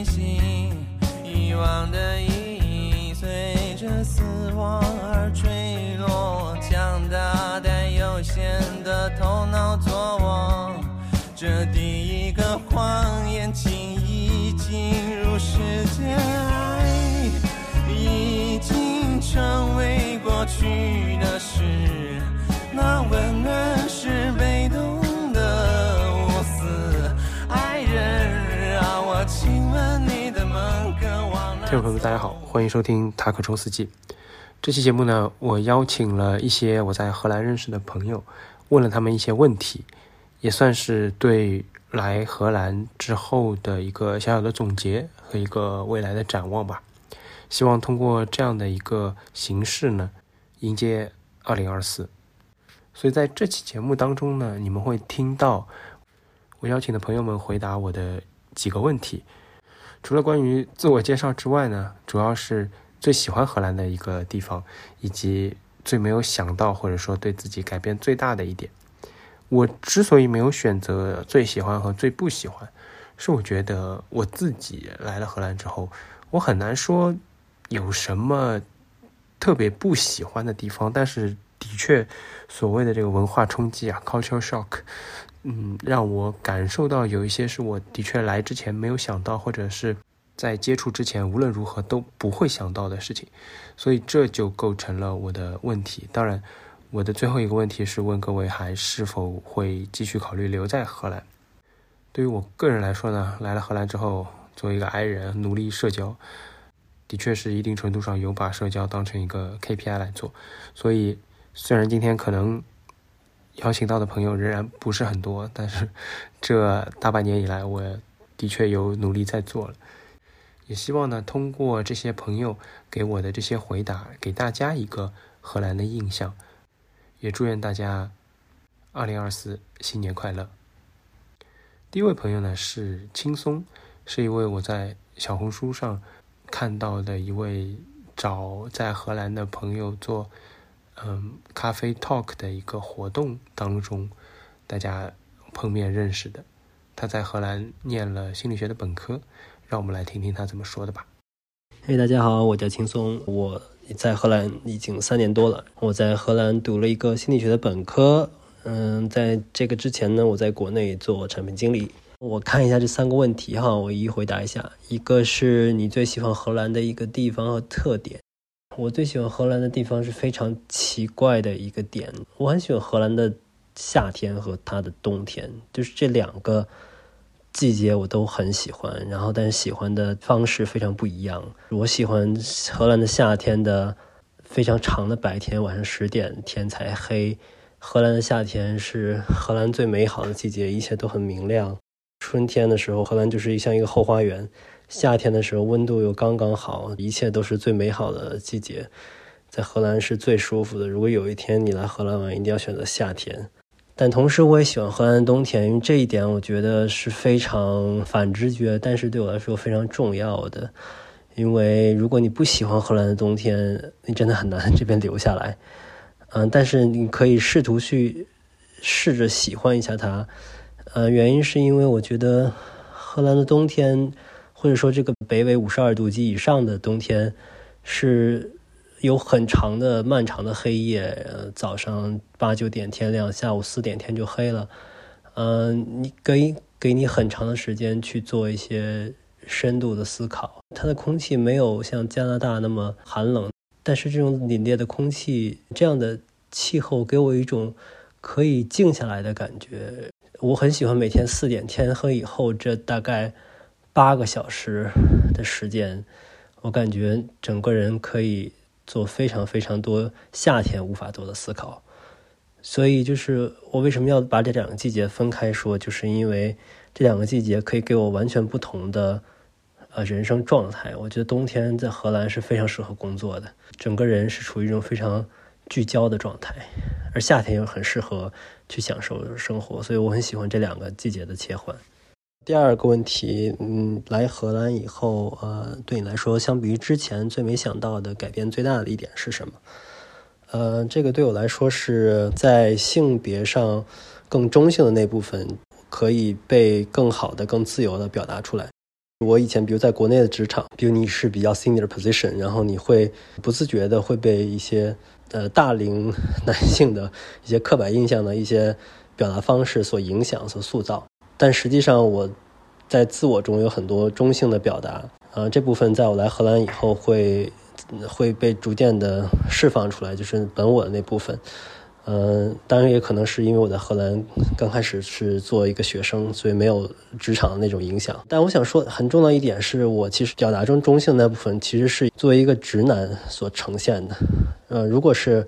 追星，遗忘的意义随着死亡而坠落，强大但有限的头脑作王，这第一个谎言轻易进入世界，爱已经成为过去的事，那温暖是被动的无私，爱人让我亲吻你的梦，渴望了。 听众朋友们大家好，欢迎收听塔可周四季。这期节目呢，我邀请了一些我在荷兰认识的朋友，问了他们一些问题，也算是对来荷兰之后的一个小小的总结和一个未来的展望吧。希望通过这样的一个形式呢，迎接2024。所以在这期节目当中呢，你们会听到我邀请的朋友们回答我的几个问题。除了关于自我介绍之外呢，主要是最喜欢荷兰的一个地方，以及最没有想到或者说对自己改变最大的一点。我之所以没有选择最喜欢和最不喜欢，是我觉得我自己来了荷兰之后，我很难说有什么特别不喜欢的地方，但是的确所谓的这个文化冲击啊 cultural shock， 让我感受到有一些是我的确来之前没有想到，或者是在接触之前无论如何都不会想到的事情，所以这就构成了我的问题。当然我的最后一个问题是问各位还是否会继续考虑留在荷兰。对于我个人来说呢，来了荷兰之后，作为一个 I 人努力社交，的确是一定程度上有把社交当成一个 KPI 来做。所以虽然今天可能邀请到的朋友仍然不是很多，但是这大半年以来我的确有努力在做了。也希望呢，通过这些朋友给我的这些回答，给大家一个荷兰的印象，也祝愿大家2024新年快乐。第一位朋友呢是轻松，是一位我在小红书上看到的一位找在荷兰的朋友做咖啡 talk 的一个活动当中大家碰面认识的。他在荷兰念了心理学的本科，让我们来听听他怎么说的吧。 大家好，我叫轻松，我在荷兰已经3年多了。我在荷兰读了一个心理学的本科，在这个之前呢，我在国内做产品经理。我看一下这3个问题哈，我一一回答一下。一个是你最喜欢荷兰的一个地方和特点。我最喜欢荷兰的地方是非常奇怪的一个点，我很喜欢荷兰的夏天和它的冬天，就是这2个季节我都很喜欢，然后但是喜欢的方式非常不一样。我喜欢荷兰的夏天的非常长的白天，晚上10点天才黑。荷兰的夏天是荷兰最美好的季节，一切都很明亮。春天的时候荷兰就是像一个后花园，夏天的时候温度又刚刚好，一切都是最美好的季节，在荷兰是最舒服的。如果有一天你来荷兰玩，一定要选择夏天。但同时我也喜欢荷兰的冬天，因为这一点我觉得是非常反直觉，但是对我来说非常重要的。因为如果你不喜欢荷兰的冬天，你真的很难这边留下来。但是你可以试图去试着喜欢一下它。原因是因为我觉得荷兰的冬天，或者说这个北纬52度及以上的冬天，是有很长的漫长的黑夜，早上8、9点天亮，下午4点天就黑了。你给你很长的时间去做一些深度的思考。它的空气没有像加拿大那么寒冷，但是这种凛冽的空气，这样的气候给我一种可以静下来的感觉。我很喜欢每天4点天黑以后这大概8个小时的时间，我感觉整个人可以做非常非常多夏天无法做的思考。所以就是我为什么要把这2个季节分开说，就是因为这2个季节可以给我完全不同的人生状态。我觉得冬天在荷兰是非常适合工作的，整个人是处于一种非常聚焦的状态，而夏天又很适合去享受生活，所以我很喜欢这2个季节的切换。第2个问题，来荷兰以后，对你来说，相比于之前最没想到的改变最大的一点是什么？这个对我来说是在性别上更中性的那部分可以被更好的、更自由的表达出来。 我以前比如在国内的职场，比如你是比较 senior position， 然后你会不自觉的会被一些大龄男性的一些刻板印象的一些表达方式所影响所塑造，但实际上我在自我中有很多中性的表达，这部分在我来荷兰以后会被逐渐的释放出来，就是本我的那部分。当然也可能是因为我在荷兰刚开始是做一个学生，所以没有职场的那种影响。但我想说很重要一点是，我其实表达中中性那部分其实是作为一个直男所呈现的。如果是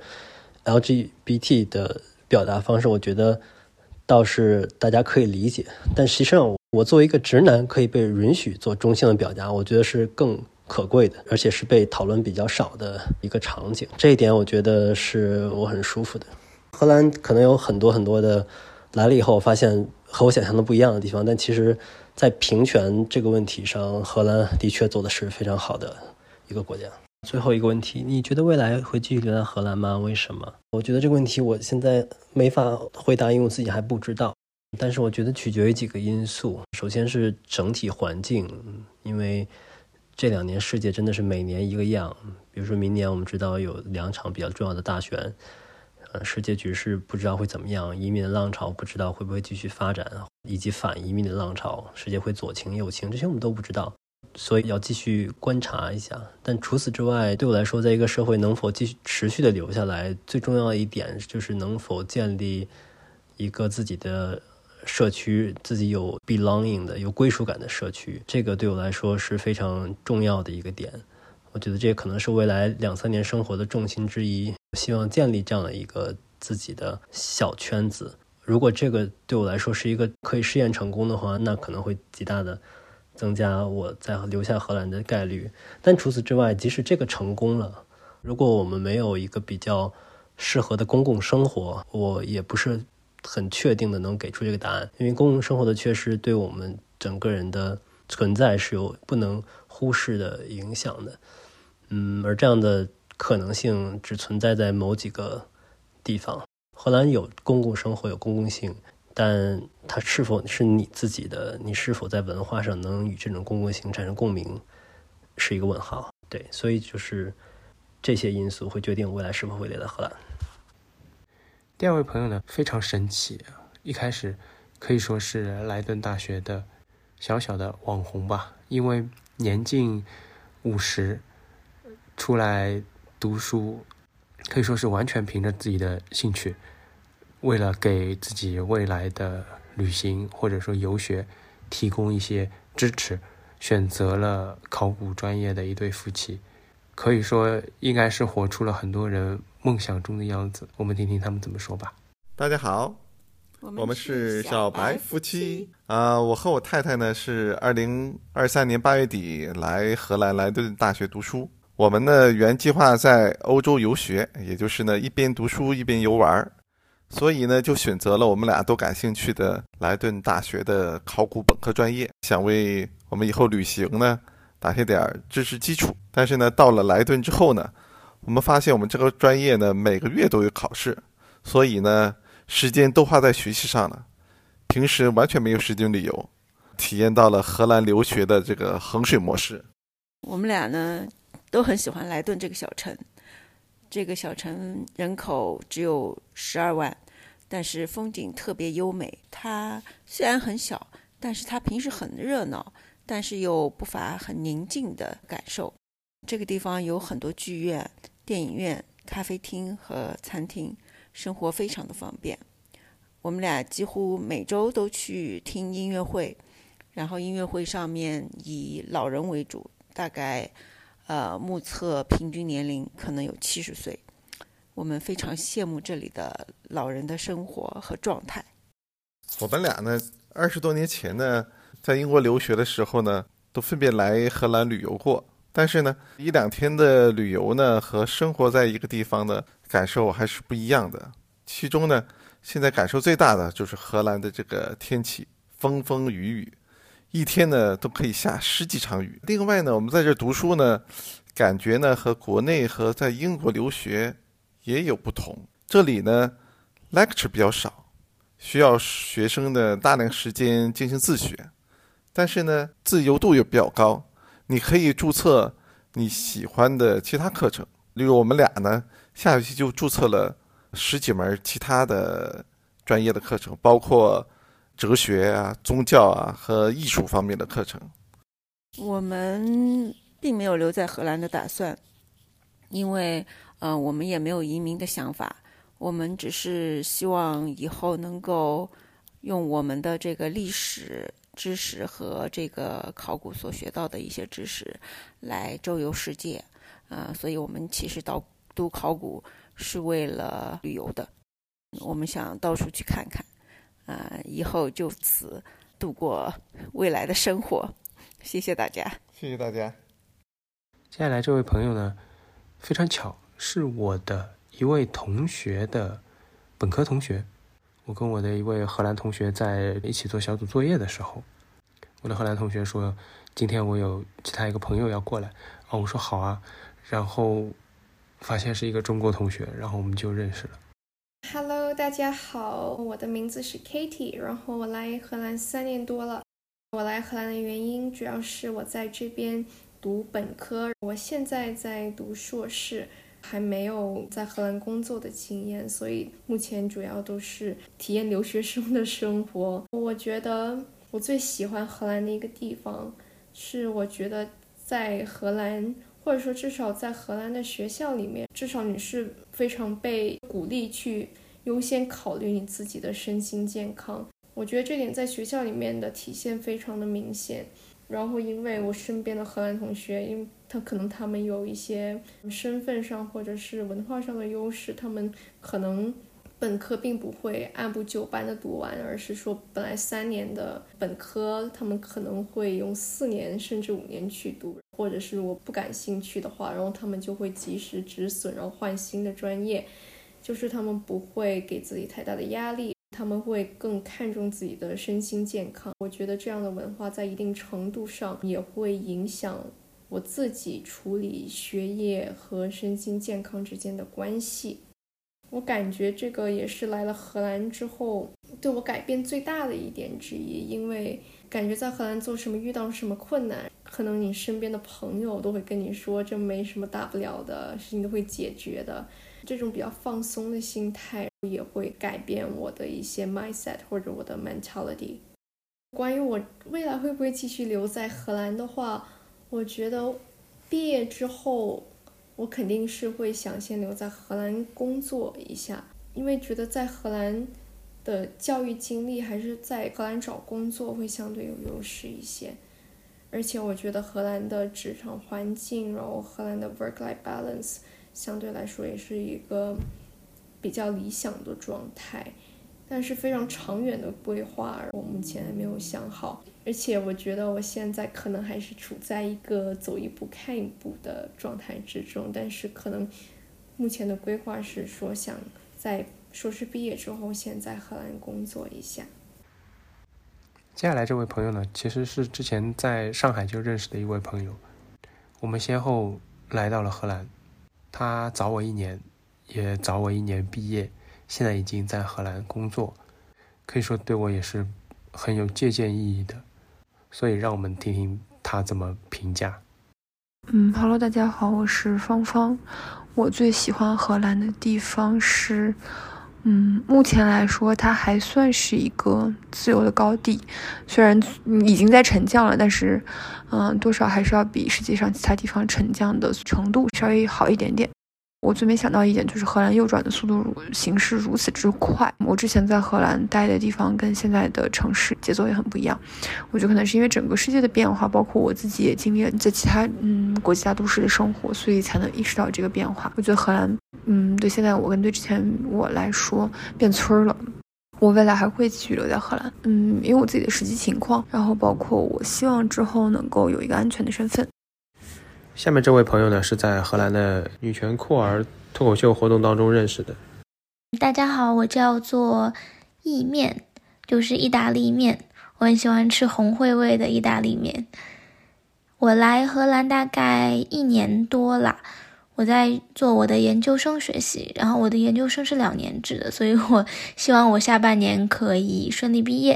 LGBT 的表达方式，我觉得倒是大家可以理解，但实际上我作为一个直男可以被允许做中性的表达，我觉得是更可贵的，而且是被讨论比较少的一个场景。这一点我觉得是我很舒服的。荷兰可能有很多的来了以后，我发现和我想象的不一样的地方，但其实在平权这个问题上，荷兰的确做的是非常好的一个国家。最后一个问题，你觉得未来会继续留在荷兰吗？为什么？我觉得这个问题我现在没法回答，因为我自己还不知道。但是我觉得取决于几个因素，首先是整体环境，因为这2年世界真的是每年一个样。比如说明年我们知道有2场比较重要的大选，世界局势不知道会怎么样，移民的浪潮不知道会不会继续发展，以及反移民的浪潮，世界会左倾右倾，这些我们都不知道，所以要继续观察一下。但除此之外，对我来说，在一个社会能否继续持续的留下来，最重要的一点就是能否建立一个自己的社区，自己有 belonging 的有归属感的社区，这个对我来说是非常重要的一个点。我觉得这可能是未来2-3年生活的重心之一，希望建立这样的一个自己的小圈子。如果这个对我来说是一个可以试验成功的话，那可能会极大的增加我在留下荷兰的概率。但除此之外，即使这个成功了，如果我们没有一个比较适合的公共生活，我也不是很确定的能给出这个答案，因为公共生活的缺失对我们整个人的存在是有不能忽视的影响的。而这样的可能性只存在在某几个地方。荷兰有公共生活，有公共性，但它是否是你自己的，你是否在文化上能与这种公共性产生共鸣，是一个问号。对，所以就是这些因素会决定未来是否会留在荷兰。 第2位朋友呢，非常神奇，一开始可以说是莱顿大学的小小的网红吧，因为年近50出来读书，可以说是完全凭着自己的兴趣，为了给自己未来的旅行或者说游学提供一些支持，选择了考古专业的一对夫妻，可以说应该是活出了很多人梦想中的样子。我们听听他们怎么说吧。 大家好，我们是小白夫妻。我和我太太呢是2023年8月底来荷兰莱顿大学读书。我们呢原计划在欧洲游学，也就是呢一边读书一边游玩，所以呢就选择了我们俩都感兴趣的莱顿大学的考古本科专业，想为我们以后旅行呢打下点知识基础。但是呢到了莱顿之后呢，我们发现我们这个专业呢每个月都有考试，所以呢时间都花在学习上了，平时完全没有时间旅游，体验到了荷兰留学的这个衡水模式。 我们俩呢都很喜欢莱顿这个小城，这个小城人口只有12万，但是风景特别优美。它虽然很小，但是它平时很热闹，但是又不乏很宁静的感受。这个地方有很多剧院、电影院、咖啡厅和餐厅，生活非常的方便。我们俩几乎每周都去听音乐会，然后音乐会上面以老人为主，大概目测平均年龄可能有70岁。我们非常羡慕这里的老人的生活和状态。 我们俩呢20多年前呢在英国留学的时候呢都分别来荷兰旅游过，但是呢1-2天的旅游呢和生活在一个地方的感受还是不一样的。其中呢现在感受最大的就是荷兰的这个天气，风风雨雨，一天呢都可以下10几场雨。另外呢我们在这读书呢感觉呢和国内和在英国留学也有不同。这里呢 lecture 比较少，需要学生的大量时间进行自学， 但是呢自由度也比较高，你可以注册你喜欢的其他课程。例如我们俩呢下学期就注册了10几门其他的专业的课程，包括哲学啊、宗教啊和艺术方面的课程。 我们并没有留在荷兰的打算，因为我们也没有移民的想法，我们只是希望以后能够用我们的这个历史知识和这个考古所学到的一些知识来周游世界，所以我们其实读考古是为了旅游的，我们想到处去看看，以后就此度过未来的生活。谢谢大家。 谢谢大家。 接下来这位朋友呢，非常巧，是我的一位同学的本科同学。我跟我的一位荷兰同学在一起做小组作业的时候，我的荷兰同学说今天我有其他一个朋友要过来，我说好啊，然后发现是一个中国同学，然后我们就认识了。 Hello， 大家好，我的名字是 Katie， 然后我来荷兰3年多了。我来荷兰的原因主要是我在这边读本科，我现在在读硕士，还没有在荷兰工作的经验，所以目前主要都是体验留学生的生活。我觉得我最喜欢荷兰的一个地方是，我觉得在荷兰，或者说至少在荷兰的学校里面，至少你是非常被鼓励去优先考虑你自己的身心健康。我觉得这点在学校里面的体现非常的明显。然后因为我身边的荷兰同学，因为他们有一些身份上或者是文化上的优势，他们可能本科并不会按部就班的读完，而是说本来3年的本科他们可能会用4年甚至5年去读，或者是我不感兴趣的话，然后他们就会及时止损，然后换新的专业，就是他们不会给自己太大的压力，他们会更看重自己的身心健康。我觉得这样的文化在一定程度上也会影响我自己处理学业和身心健康之间的关系。我感觉这个也是来了荷兰之后对我改变最大的一点之一，因为感觉在荷兰做什么遇到什么困难，可能你身边的朋友都会跟你说这没什么大不了的，事情都会解决的。这种比较放松的心态也会改变我的一些 mindset 或者我的 mentality。 关于我未来会不会继续留在荷兰的话，我觉得毕业之后我肯定是会想先留在荷兰工作一下，因为觉得在荷兰的教育经历还是在荷兰找工作会相对有优势一些。而且我觉得荷兰的职场环境，然后荷兰的 work-life balance相对来说也是一个比较理想的状态，但是非常长远的规划我目前还没有想好。而且我觉得我现在可能还是处在一个走一步看一步的状态之中，但是可能目前的规划是说想在硕士毕业之后先在荷兰工作一下。 接下来这位朋友呢，其实是之前在上海就认识的一位朋友，我们先后来到了荷兰，他早我1年，也早我1年毕业，现在已经在荷兰工作，可以说对我也是很有借鉴意义的，所以让我们听听他怎么评价。 Hello， 大家好，我是芳芳。我最喜欢荷兰的地方是，目前来说它还算是一个自由的高地，虽然已经在沉降了，但是多少还是要比世界上其他地方沉降的程度稍微好一点点。我最没想到一点就是荷兰右转的速度形势如此之快。我之前在荷兰待的地方跟现在的城市节奏也很不一样，我觉得可能是因为整个世界的变化，包括我自己也经历了在其他国际大都市的生活，所以才能意识到这个变化。我觉得荷兰对现在我跟对之前我来说变村了。我未来还会继续留在荷兰，因为我自己的实际情况，然后包括我希望之后能够有一个安全的身份。 下面这位朋友呢，是在荷兰的女权酷儿脱口秀活动当中认识的。 大家好，我叫做意面，就是意大利面，我很喜欢吃红烩味的意大利面。我来荷兰大概1年多啦，我在做我的研究生学习，然后我的研究生是2年制的，所以我希望我下半年可以顺利毕业。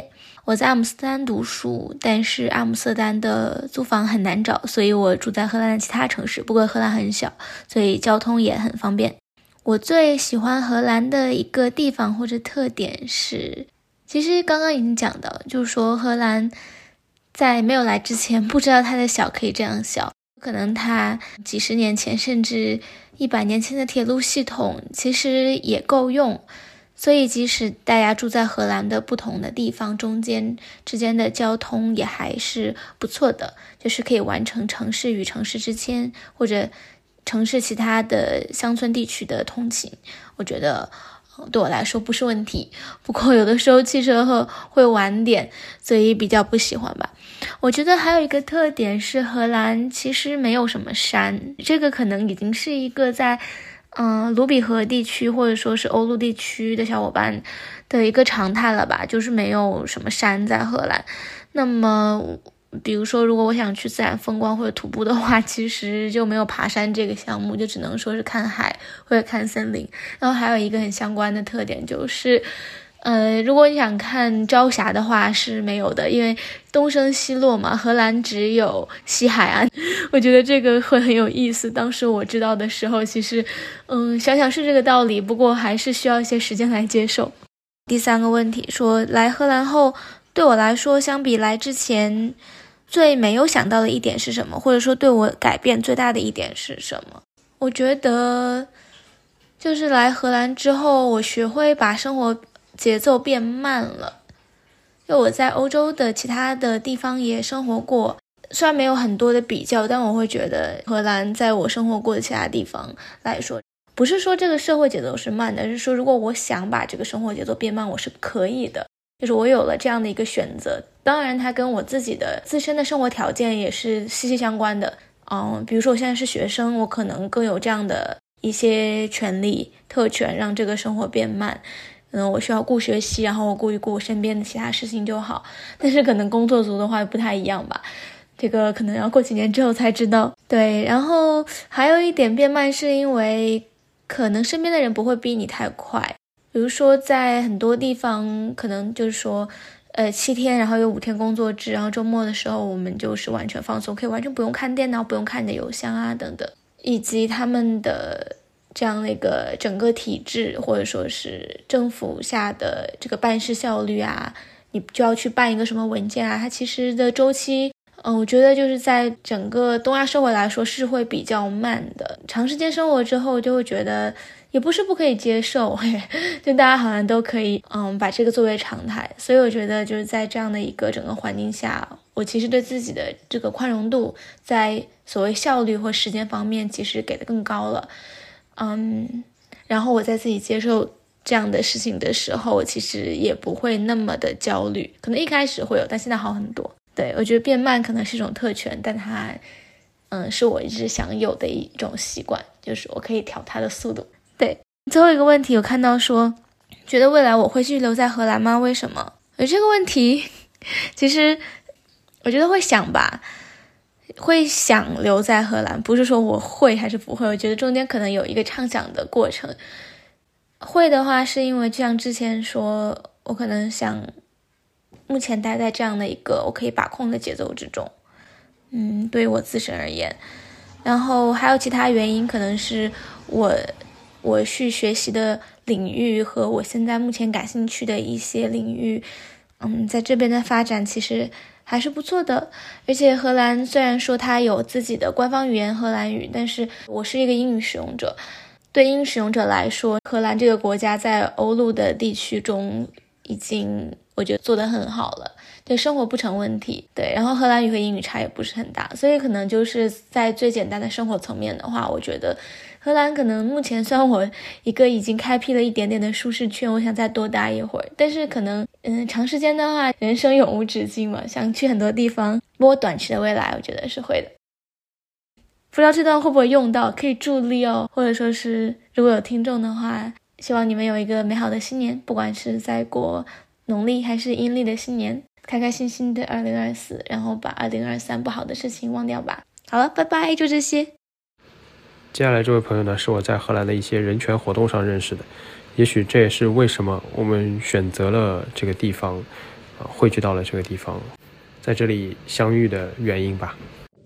我在阿姆斯特丹读书，但是阿姆斯特丹的租房很难找，所以我住在荷兰的其他城市。不过荷兰很小，所以交通也很方便。我最喜欢荷兰的一个地方或者特点是，其实刚刚已经讲到，就是说荷兰在没有来之前不知道它的小可以这样小，可能它几十年前甚至100年前的铁路系统其实也够用，所以即使大家住在荷兰的不同的地方之间的交通也还是不错的，就是可以完成城市与城市之间或者城市其他的乡村地区的通勤，我觉得对我来说不是问题。不过有的时候汽车会晚点，所以比较不喜欢吧。我觉得还有一个特点是荷兰其实没有什么山，这个可能已经是一个在卢比河地区或者说是欧陆地区的小伙伴的一个常态了吧，就是没有什么山在荷兰。那么比如说如果我想去自然风光或者徒步的话，其实就没有爬山这个项目，就只能说是看海或者看森林。然后还有一个很相关的特点就是如果你想看朝霞的话是没有的，因为东升西落嘛，荷兰只有西海岸。我觉得这个会很有意思，当时我知道的时候其实想想是这个道理，不过还是需要一些时间来接受。第三个问题说，来荷兰后对我来说相比来之前最没有想到的一点是什么，或者说对我改变最大的一点是什么？我觉得就是来荷兰之后我学会把生活节奏变慢了。因为我在欧洲的其他的地方也生活过，虽然没有很多的比较，但我会觉得荷兰在我生活过的其他地方来说，不是说这个社会节奏是慢的，而是说如果我想把这个生活节奏变慢，我是可以的，就是我有了这样的一个选择。当然它跟我自己的自身的生活条件也是息息相关的。比如说我现在是学生，我可能更有这样的一些权利特权让这个生活变慢。我需要顾学习，然后我顾一顾我身边的其他事情就好。但是可能工作族的话不太一样吧，这个可能要过几年之后才知道。对，然后还有一点变慢是因为可能身边的人不会逼你太快。比如说在很多地方可能就是说7天然后有5天工作制，然后周末的时候我们就是完全放松，可以完全不用看电脑，不用看你的邮箱啊等等，以及他们的这样的一个整个体制或者说是政府下的这个办事效率啊，你就要去办一个什么文件啊，它其实的周期我觉得就是在整个东亚社会来说是会比较慢的。长时间生活之后就会觉得也不是不可以接受，就大家好像都可以把这个作为常态。所以我觉得就是在这样的一个整个环境下，我其实对自己的这个宽容度在所谓效率或时间方面其实给的更高了。然后我在自己接受这样的事情的时候，我其实也不会那么的焦虑，可能一开始会有，但现在好很多。对，我觉得变慢可能是一种特权，但它是我一直想有的一种习惯，就是我可以调它的速度。对，最后一个问题有看到说觉得未来我会继续留在荷兰吗？为什么？这个问题其实我觉得会想吧，会想留在荷兰，不是说我会还是不会，我觉得中间可能有一个畅想的过程。会的话是因为就像之前说，我可能想目前待在这样的一个我可以把控的节奏之中，对于我自身而言。然后还有其他原因，可能是我去学习的领域和我现在目前感兴趣的一些领域在这边的发展其实还是不错的。而且荷兰虽然说它有自己的官方语言荷兰语，但是我是一个英语使用者，对英语使用者来说，荷兰这个国家在欧陆的地区中已经我觉得做得很好了，对生活不成问题。对，然后荷兰语和英语差也不是很大，所以可能就是在最简单的生活层面的话，我觉得荷兰可能目前算我一个已经开辟了一点点的舒适圈，我想再多待一会儿。但是可能长时间的话，人生永无止境嘛，想去很多地方。不过短期的未来我觉得是会的。不知道这段会不会用到，可以助力哦，或者说是如果有听众的话，希望你们有一个美好的新年，不管是在过农历还是阴历的新年，开开心心的2024，然后把2023不好的事情忘掉吧。好了，拜拜，就这些。 接下来这位朋友呢，是我在荷兰的一些人权活动上认识的，也许这也是为什么我们选择了这个地方， 汇聚到了这个地方，在这里相遇的原因吧。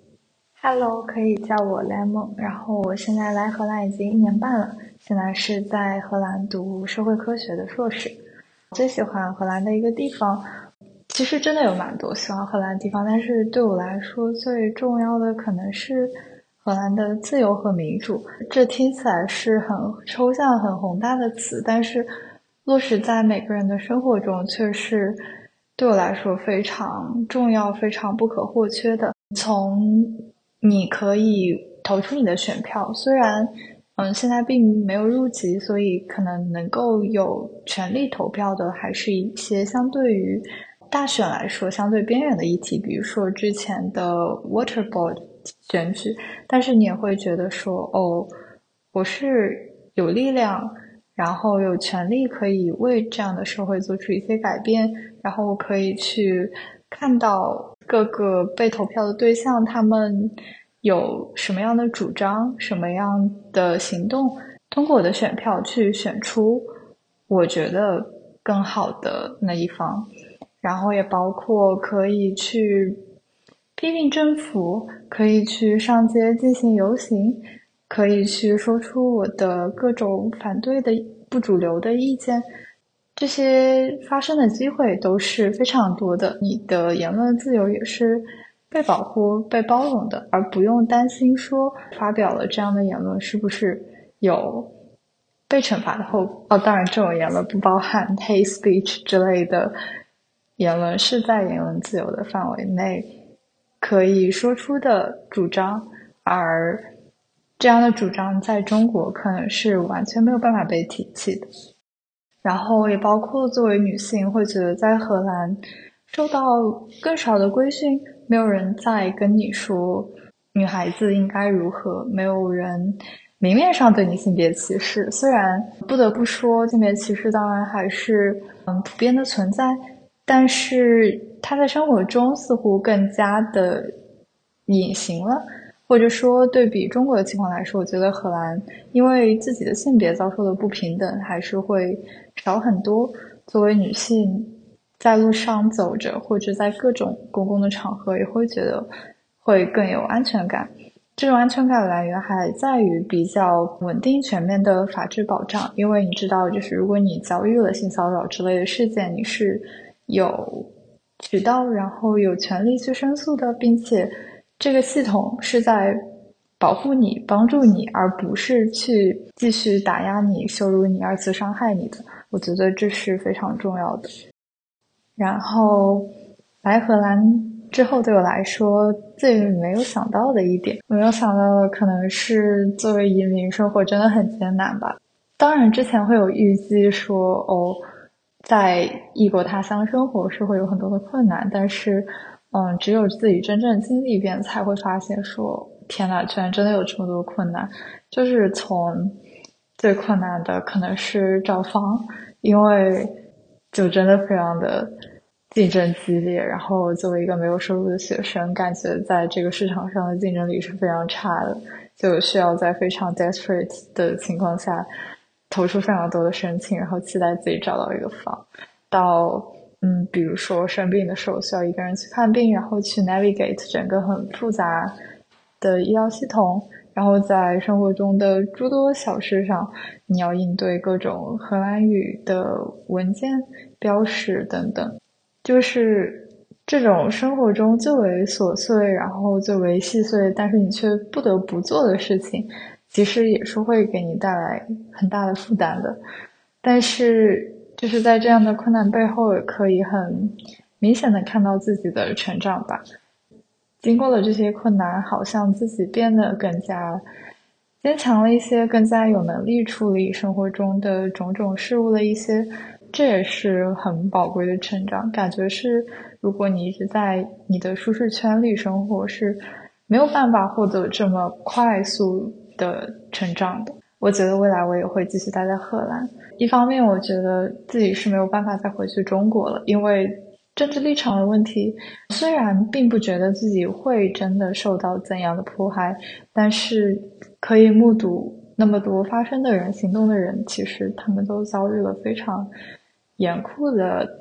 Hello， 可以叫我 Lemon， 然后我现在来荷兰已经1年半了，现在是在荷兰读社会科学的硕士。最喜欢荷兰的一个地方，其实真的有蛮多喜欢荷兰的地方，但是对我来说最重要的可能是荷兰的自由和民主。这听起来是很抽象很宏大的词，但是落实在每个人的生活中却是对我来说非常重要非常不可或缺的。从你可以投出你的选票，虽然现在并没有入籍，所以可能能够有权利投票的还是一些相对于大选来说相对边缘的议题，比如说之前的 Water Board 选举，但是你也会觉得说我是有力量，然后有权利可以为这样的社会做出一些改变，然后可以去看到各个被投票的对象他们有什么样的主张，什么样的行动，通过我的选票去选出我觉得更好的那一方，然后也包括可以去批评政府，可以去上街进行游行，可以去说出我的各种反对的不主流的意见，这些发生的机会都是非常多的，你的言论自由也是被保护被包容的，而不用担心说发表了这样的言论是不是有被惩罚的后果。当然这种言论不包含 hate speech 之类的言论，是在言论自由的范围内可以说出的主张，而这样的主张在中国可能是完全没有办法被提起的。然后也包括作为女性会觉得在荷兰受到更少的规训，没有人在跟你说女孩子应该如何，没有人明面上对你性别歧视。虽然不得不说性别歧视当然还是普遍的存在，但是它在生活中似乎更加的隐形了，或者说对比中国的情况来说，我觉得荷兰因为自己的性别遭受的不平等还是会少很多。作为女性在路上走着，或者在各种公共的场合也会觉得会更有安全感。这种安全感的来源还在于比较稳定全面的法治保障，因为你知道就是如果你遭遇了性骚扰之类的事件，你是有渠道然后有权利去申诉的，并且这个系统是在保护你帮助你，而不是去继续打压你羞辱你二次伤害你的。我觉得这是非常重要的。然后来荷兰之后对我来说最没有想到的一点，没有想到的可能是作为移民生活真的很艰难吧。当然之前会有预计说在异国他乡生活是会有很多的困难，但是只有自己真正经历一遍才会发现说天哪，居然真的有这么多困难。就是从最困难的可能是找房，因为就真的非常的竞争激烈，然后作为一个没有收入的学生，感觉在这个市场上的竞争力是非常差的，就需要在非常 desperate 的情况下投出非常多的申请，然后期待自己找到一个房。到比如说生病的时候需要一个人去看病，然后去 navigate 整个很复杂的医疗系统，然后在生活中的诸多小事上你要应对各种荷兰语的文件标识等等，就是这种生活中最为琐碎然后最为细碎但是你却不得不做的事情，其实也是会给你带来很大的负担的。但是就是在这样的困难背后也可以很明显的看到自己的成长吧。经过了这些困难，好像自己变得更加坚强了一些，更加有能力处理生活中的种种事物了一些，这也是很宝贵的成长。感觉是如果你一直在你的舒适圈里生活，是没有办法获得这么快速的成长的。我觉得未来我也会继续待在荷兰，一方面我觉得自己是没有办法再回去中国了，因为政治立场的问题，虽然并不觉得自己会真的受到怎样的迫害，但是可以目睹那么多发生的人行动的人，其实他们都遭遇了非常严酷的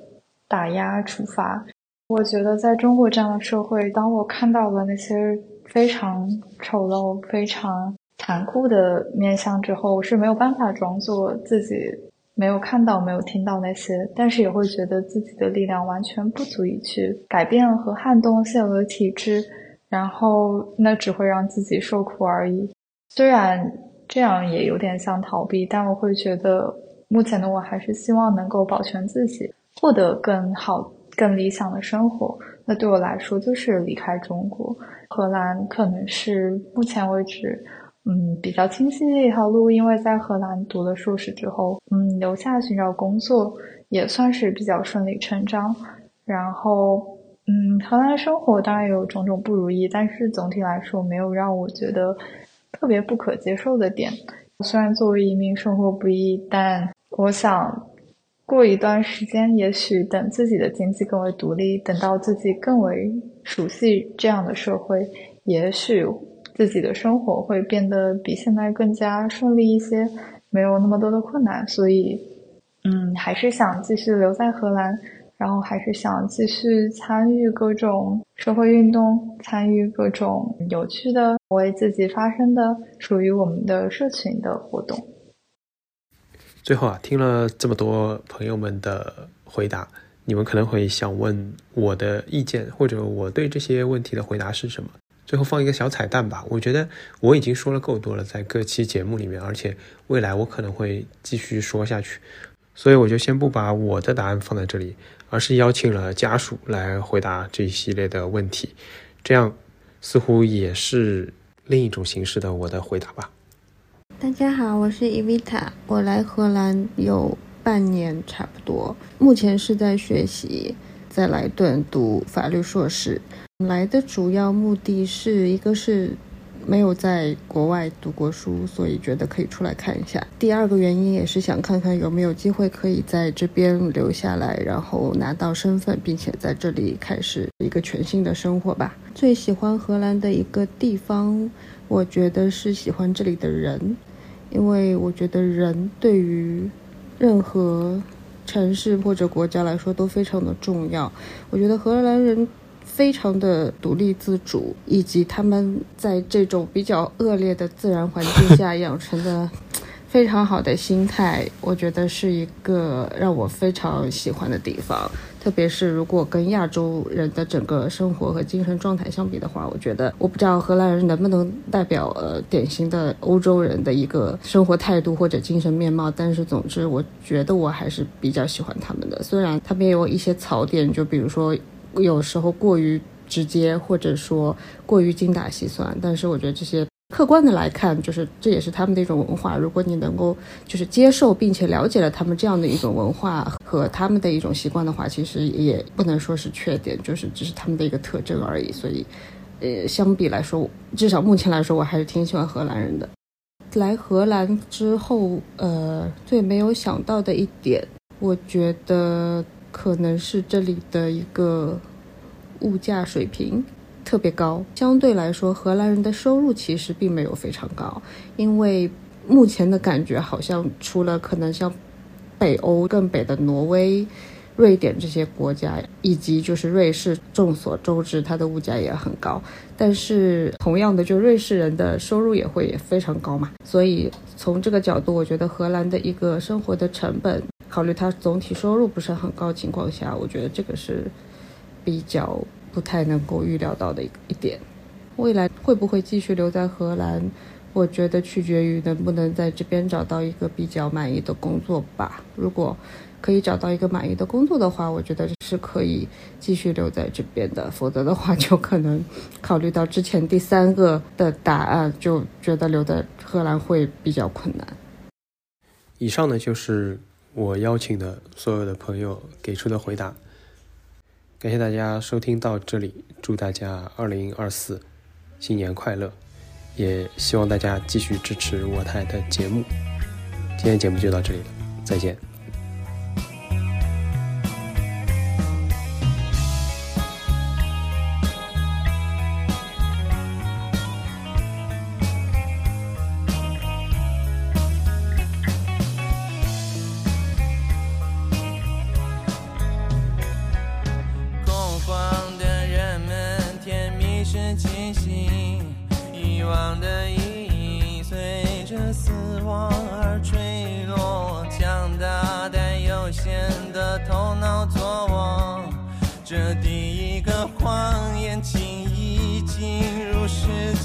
打压处罚。我觉得在中国这样的社会，当我看到了那些非常丑陋非常残酷的面相之后，我是没有办法装作自己没有看到没有听到那些，但是也会觉得自己的力量完全不足以去改变和撼动现有的体制，然后那只会让自己受苦而已。虽然这样也有点像逃避，但我会觉得目前的我还是希望能够保全自己，获得更好更理想的生活。那对我来说就是离开中国，荷兰可能是目前为止比较清晰的一条路，因为在荷兰读了硕士之后留下寻找工作也算是比较顺理成章。然后荷兰的生活当然有种种不如意，但是总体来说没有让我觉得特别不可接受的点。虽然作为移民生活不易，但我想过一段时间，也许等自己的经济更为独立，等到自己更为熟悉这样的社会，也许自己的生活会变得比现在更加顺利一些，没有那么多的困难。所以还是想继续留在荷兰，然后还是想继续参与各种社会运动，参与各种有趣的为自己发声的属于我们的社群的活动。 最后听了这么多朋友们的回答，你们可能会想问我的意见，或者我对这些问题的回答是什么。最后放一个小彩蛋吧，我觉得我已经说了够多了，在各期节目里面，而且未来我可能会继续说下去，所以我就先不把我的答案放在这里，而是邀请了家属来回答这一系列的问题，这样似乎也是另一种形式的我的回答吧。 大家好，我是 Evita， 我来荷兰有半年差不多，目前是在学习，在莱顿读法律硕士。来的主要目的是一个是没有在国外读过书，所以觉得可以出来看一下。第二个原因也是想看看有没有机会可以在这边留下来，然后拿到身份，并且在这里开始一个全新的生活吧。最喜欢荷兰的一个地方，我觉得是喜欢这里的人，因为我觉得人对于任何城市或者国家来说都非常的重要。我觉得荷兰人非常的独立自主，以及他们在这种比较恶劣的自然环境下养成的非常好的心态，我觉得是一个让我非常喜欢的地方。特别是如果跟亚洲人的整个生活和精神状态相比的话，我觉得我不知道荷兰人能不能代表典型的欧洲人的一个生活态度或者精神面貌，但是总之我觉得我还是比较喜欢他们的。虽然他们也有一些槽点，就比如说有时候过于直接，或者说过于精打细算，但是我觉得这些客观的来看，就是这也是他们的一种文化。如果你能够就是接受并且了解了他们这样的一种文化和他们的一种习惯的话，其实也不能说是缺点，就是只是他们的一个特征而已。所以相比来说，至少目前来说，我还是挺喜欢荷兰人的。来荷兰之后最没有想到的一点，我觉得可能是这里的一个物价水平特别高。相对来说，荷兰人的收入其实并没有非常高，因为目前的感觉好像除了可能像北欧更北的挪威、瑞典这些国家，以及就是瑞士，众所周知它的物价也很高，但是同样的就瑞士人的收入也会非常高嘛。所以从这个角度，我觉得荷兰的一个生活的成本，考虑它总体收入不是很高情况下，我觉得这个是比较不太能够预料到的一点。未来会不会继续留在荷兰，我觉得取决于能不能在这边找到一个比较满意的工作吧。如果可以找到一个满意的工作的话，我觉得是可以继续留在这边的，否则的话就可能考虑到之前第三个的答案，就觉得留在荷兰会比较困难。 以上呢就是我邀请的所有的朋友给出的回答，感谢大家收听到这里，祝大家2024新年快乐，也希望大家继续支持我台的节目。今天节目就到这里了，再见。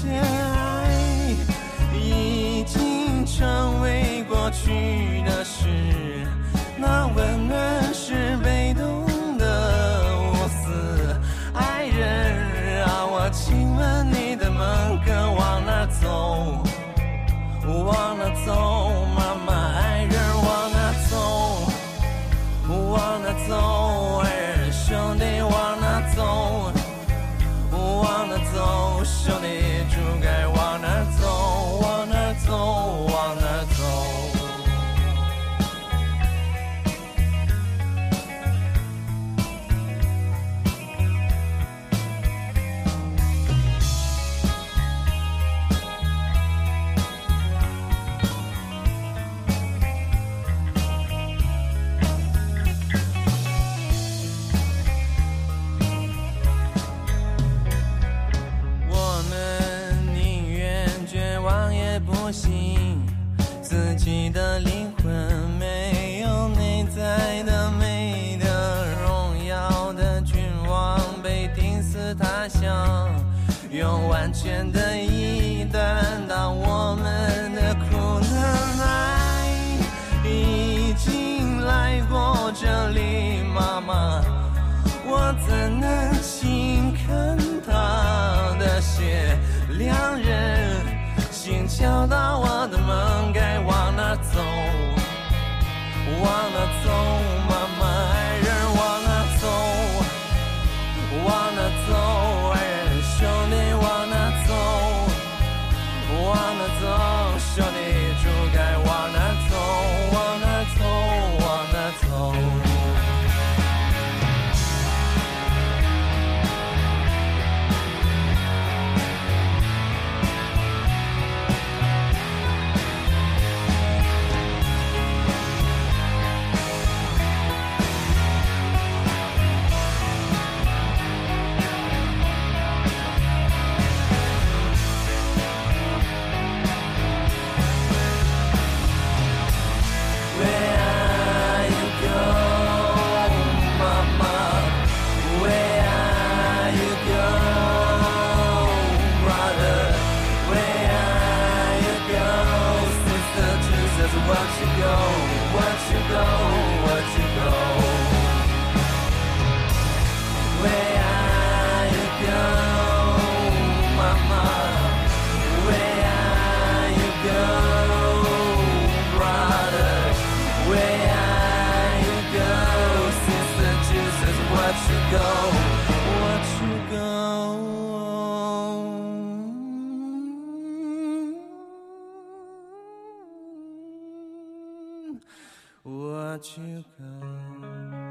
些爱已经成为过去的事，那温暖是被动的无私。爱人让我亲吻你的门，可往哪走？往哪走？妈妈，爱人往哪走？往哪走？爱人兄弟往哪走？往哪走？兄弟就该往哪走？往哪走？往哪走？不行，自己的灵魂没有内在的美的荣耀的君王被钉死他乡，用完全的意义担当我们的苦难。爱已经来过这里，妈妈，我怎能轻看他的血？两人心敲到我的门，该往哪走？往哪走？妈妈，爱人往哪走？往哪走？爱人兄弟往哪走？往哪走？兄弟就该往哪走？往哪走？往哪走？What you go